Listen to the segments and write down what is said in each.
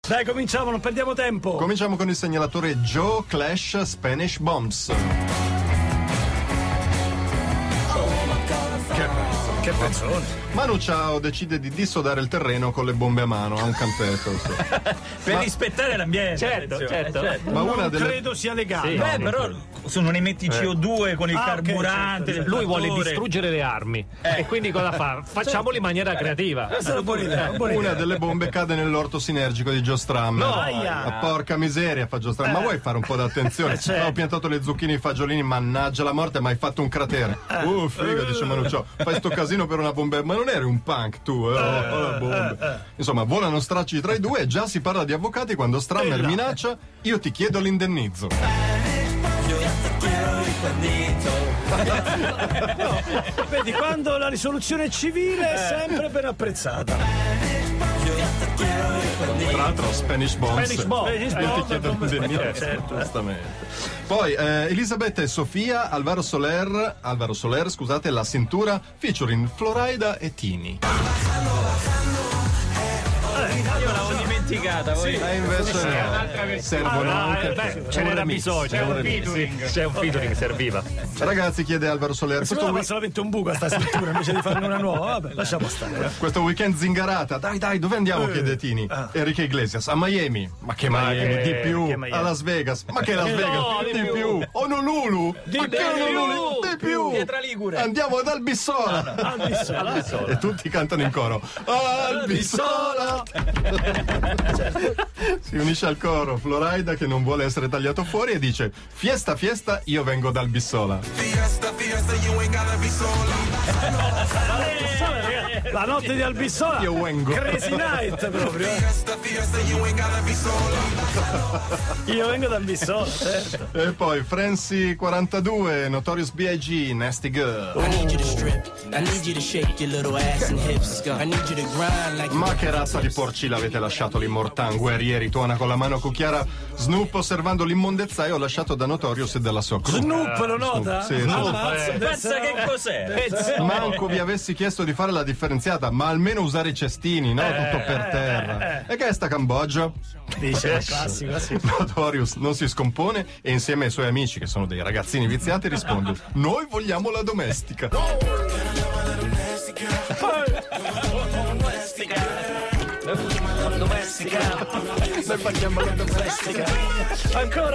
Dai, cominciamo, non perdiamo tempo. Cominciamo con il segnalatore Joe Clash Spanish Bombs. Che pezzone. Manu Chao decide di dissodare il terreno con le bombe a mano, ha un campetto. Per rispettare l'ambiente. Certo. Ma Non una delle... credo sia legale. Sì. Beh, però se non emetti CO2 con il carburante, certo. Lui vuole motore. distruggere le armi. E quindi cosa fa? Facciamolo in maniera creativa. Questa è una buona idea. Una delle bombe cade nell'orto sinergico di Joe Strummer. No, Ma porca miseria, fa Joe Strummer. Ma vuoi fare un po' d'attenzione? certo. Ho piantato le zucchine e i fagiolini, mannaggia la morte, ma hai fatto un cratere. Figa, dice Manu Chao. Fai sto casino per una bomba. Ma non eri un punk tu, la bomba. Insomma, volano stracci tra i due e già si parla di avvocati quando Strummer minaccia: io ti chiedo l'indennizzo. Vedi, quando la risoluzione civile è sempre ben apprezzata. Tra l'altro Spanish Bombs. Spanish Bombs. Io ti chiedo l'indennizzo, giustamente. Poi Elisabetta e Sofia, Alvaro Soler, scusate, La cintura featuring Florida e Tini. Io l'avevo dimenticata. E invece servono anche. Ce n'era bisogno. c'è un featuring, serviva. Ragazzi, chiede Alvaro Soler, Si trova solamente un buco a sta cintura invece di farne una nuova. Vabbè, lasciamo stare. questo weekend zingarata, dai, dove andiamo? Chiede Tini. Enrique Iglesias, a Miami. Ma che Miami? Di più. che Miami? A Las Vegas. Ma che Las Vegas? Di più. Honolulu. Di più. Pietra Ligure. Andiamo ad Albissola. E tutti cantano in coro. Albissola. Si unisce al coro Florida, che non vuole essere tagliato fuori, e dice: fiesta, io vengo da Albissola. La notte di Albissola. Io vengo. Crazy night proprio. Io vengo da Albissola, certo. E poi Francie 42, Notorious B.I.G., Nasty Girl. I need you to strip. I need you to shake your little ass and hips. I need you to grind like Ma che razza di porci l'avete lasciato lì, Mortan? Guerrieri, tuona con la mano cucchiara. Snoop osservando l'immondezzaio lasciato da Notorious e dalla sua crew. Snoop lo nota? Sì, Snoop. Ammazza, Pensa che cos'è? Manco vi avessi chiesto di fare la differenziata, ma almeno usare i cestini, no? Tutto per terra. E che è sta Cambogia? Dice, classico. Notorious non si scompone e insieme ai suoi amici, che sono dei ragazzini viziati, risponde: noi vogliamo la domestica. Noi vogliamo la domestica. Ancora.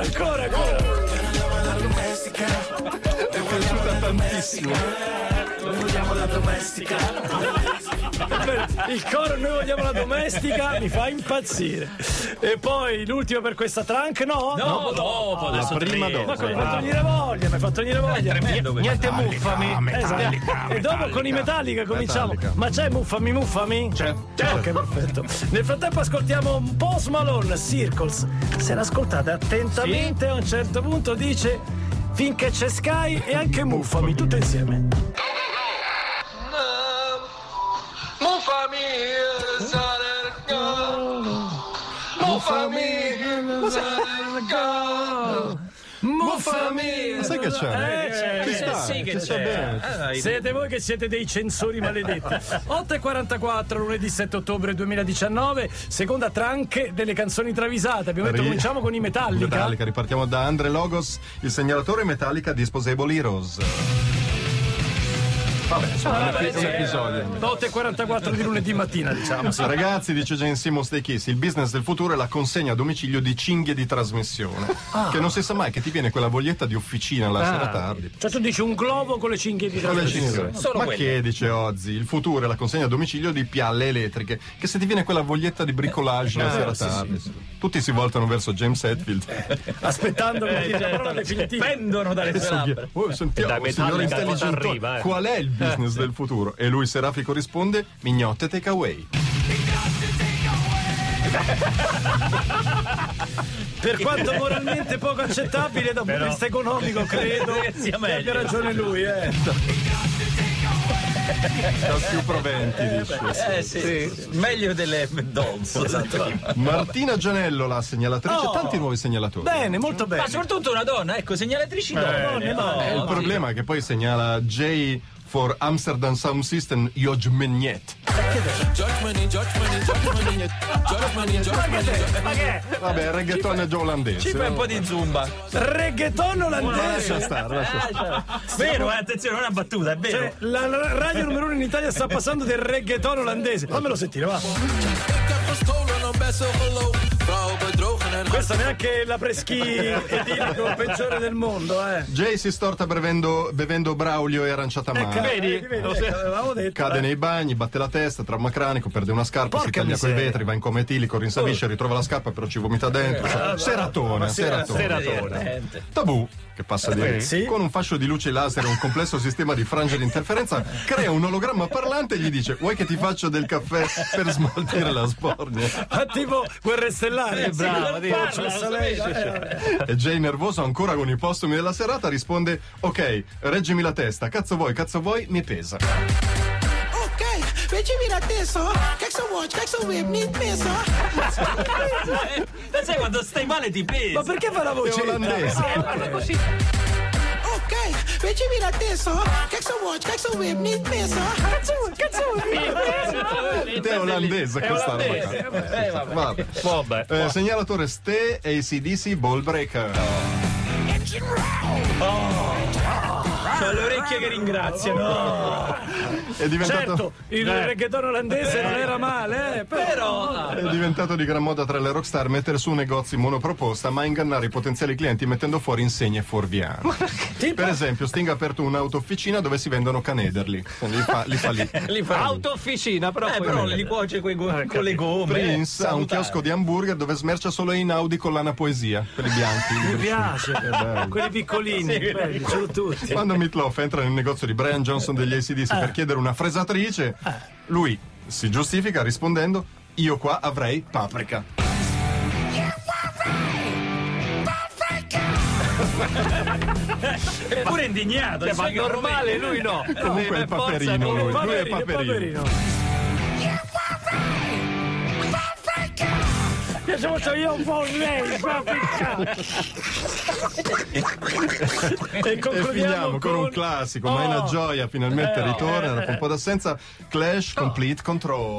È piaciuta tantissimo. Noi vogliamo la domestica. Il coro "noi vogliamo la domestica" mi fa impazzire. E poi l'ultimo per questa trunk, no? No, dopo, La adesso prima tre. dopo. Ma come mi ha fatto venire voglia, mi ha fatto venire voglia. Tremendo. Niente muffami. Esatto. E dopo con i Metallica cominciamo. Metallica. Ma c'è muffami? C'è. Ok, perfetto. Nel frattempo ascoltiamo un Post Malone, Circles. Se l'ascoltate attentamente, a un certo punto dice: finché c'è Sky e anche muffami, tutto insieme. Muffami. Ma sai che c'è? Ci sta, sì che ci sta c'è. bene. Siete voi che siete dei censori maledetti. 8:44, lunedì 7 ottobre 2019, seconda trunk delle canzoni travisate. Abbiamo detto cominciamo con i Metallica. Ripartiamo da Andre Logos, il segnalatore Metallica Disposable Heroes. Vabbè, insomma, un episodio. 8:44 di lunedì mattina, diciamo. Sì. Ragazzi, dice Jane Simmons dei Kiss, il business del futuro è la consegna a domicilio di cinghie di trasmissione. Che non si sa mai che ti viene quella voglietta di officina la sera tardi. Cioè tu dici un globo con le cinghie di Con le trasmissione. cinghie. Solo Ma quelle. che, dice Ozzy, il futuro è la consegna a domicilio di pialle elettriche, che se ti viene quella voglietta di bricolage la sera tardi. Tutti si voltano verso James Hetfield. Aspettando che dire la parola definitiva. Pendono dalle sue labbra. Sentiamo, Dai, signore Metallica intelligente, arriva, qual è il business del futuro? E lui, Serafico, risponde: mignotte take away. Per quanto moralmente poco accettabile da un punto di vista economico, credo che sia che meglio. abbia ragione lui. Da più proventi, dice. Sì. Meglio delle Dolls. Esatto. Martina Gianello, la segnalatrice, tanti nuovi segnalatori. Bene, molto bene. Ma soprattutto una donna, ecco, segnalatrici donne. Il problema è che poi segnala J. for Amsterdam Sound System Judge Meniet. Ma che è? Vabbè, reggaeton olandese. Ci fai un po' di zumba. Reggaeton Lascia olandese. stare. Vero, attenzione, non è una battuta, è vero. Cioè, la radio numero 1 in Italia sta passando del reggaeton olandese. Fammelo sentire, va. Questa neanche la preschi edilico peggiore del mondo, eh. Jay si storta bevendo Braulio e aranciata mare. Vedi? Avevamo detto. Cade nei bagni, batte la testa, trauma cranico, perde una scarpa, Porca si taglia coi miseria. vetri, va in coma etilico, rinsavisce, ritrova la scarpa, però ci vomita dentro. Seratona. Tabù, che passa di lì, Sì. con un fascio di luci laser e un complesso sistema di frange di interferenza, crea un ologramma parlante e gli dice: vuoi che ti faccio del caffè per smaltire la spornia? Ah, tipo Guerre Stellari. brava, E Jay, nervoso ancora con i postumi della serata, risponde: ok, reggimi la testa, cazzo vuoi, mi pesa. Ok, reggimi la testa, cazzo whip, mi pesa. Sai quando stai male ti pesi. Ma perché fa la È voce olandese. Ok, reggimi la testa, cazzo whip, mi pesa. È olandese questa roba. Vabbè. Vabbè. Segnalatore Ste AC/DC Ball Breaker. C'ho le orecchie che ringraziano. È diventato, Certo, il reggaeton olandese non era male, però. è diventato di gran moda tra le rockstar mettere su negozi monoproposta, ma ingannare i potenziali clienti mettendo fuori insegne fuorviane. Per esempio, Sting ha aperto un'autofficina dove si vendono canederli. Li fa lì. Autofficina, però. poi Però vede. li cuoce con le gomme. Prince ha un chiosco di hamburger dove smercia solo in Audi con lana poesia, quelli bianchi. Mi piace. Quelli piccolini, belli, ce l'ho tutti. Quando Meatloaf entra nel negozio di Brian Johnson degli AC/DC per chiedere una fresatrice, lui si giustifica rispondendo: io qua avrei paprika. È pure indignato. Ma normale, lui no. Comunque è paperino lui è paperino. Io sono io un po' lei, E E finiamo con un classico, ma è una gioia, finalmente ritorna dopo un po' d'assenza. Clash Complete Control.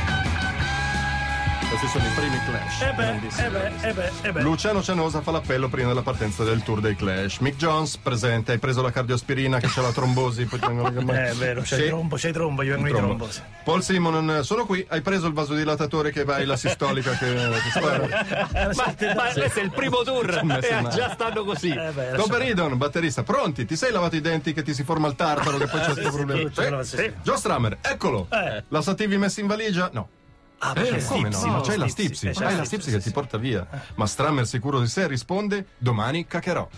Questi sono i primi Clash. Grandissimi. Luciano Cianosa fa l'appello prima della partenza del tour dei Clash. Mick Jones presente: hai preso la cardioaspirina che c'è la trombosi? Poi ti vengono le gambe. È vero, c'è Sì. il trombo, io vengo i Trombo. trombo. Sì. Paul Simon, sono qui, hai preso il vasodilatatore che vai, la sistolica che spara. Ma questo è il primo tour messo e male. già stanno così. Doperidon, batterista, pronti? Ti sei lavato i denti che ti si forma il tartaro che poi c'è questo problema? sì. Joe Strummer, eccolo. La Sativi messa in valigia? No. Ah, perché Come no? No, c'hai la Stipsy. c'è Hai la la Stipsy che ti porta via. Ma Strummer, sicuro di sé, risponde: domani caccherò.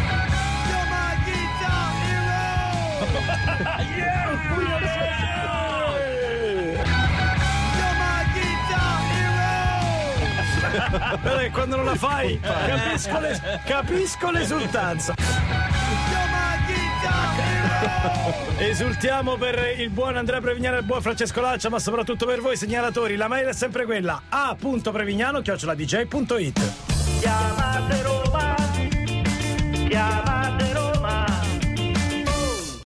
Guarda che quando non la fai capisco l'esultanza. Esultiamo per il buon Andrea Prevignano e il buon Francesco Lancia, ma soprattutto per voi segnalatori. La mail è sempre quella: a.prevignano@dj.it. Chiamate Roma, chiamate Roma.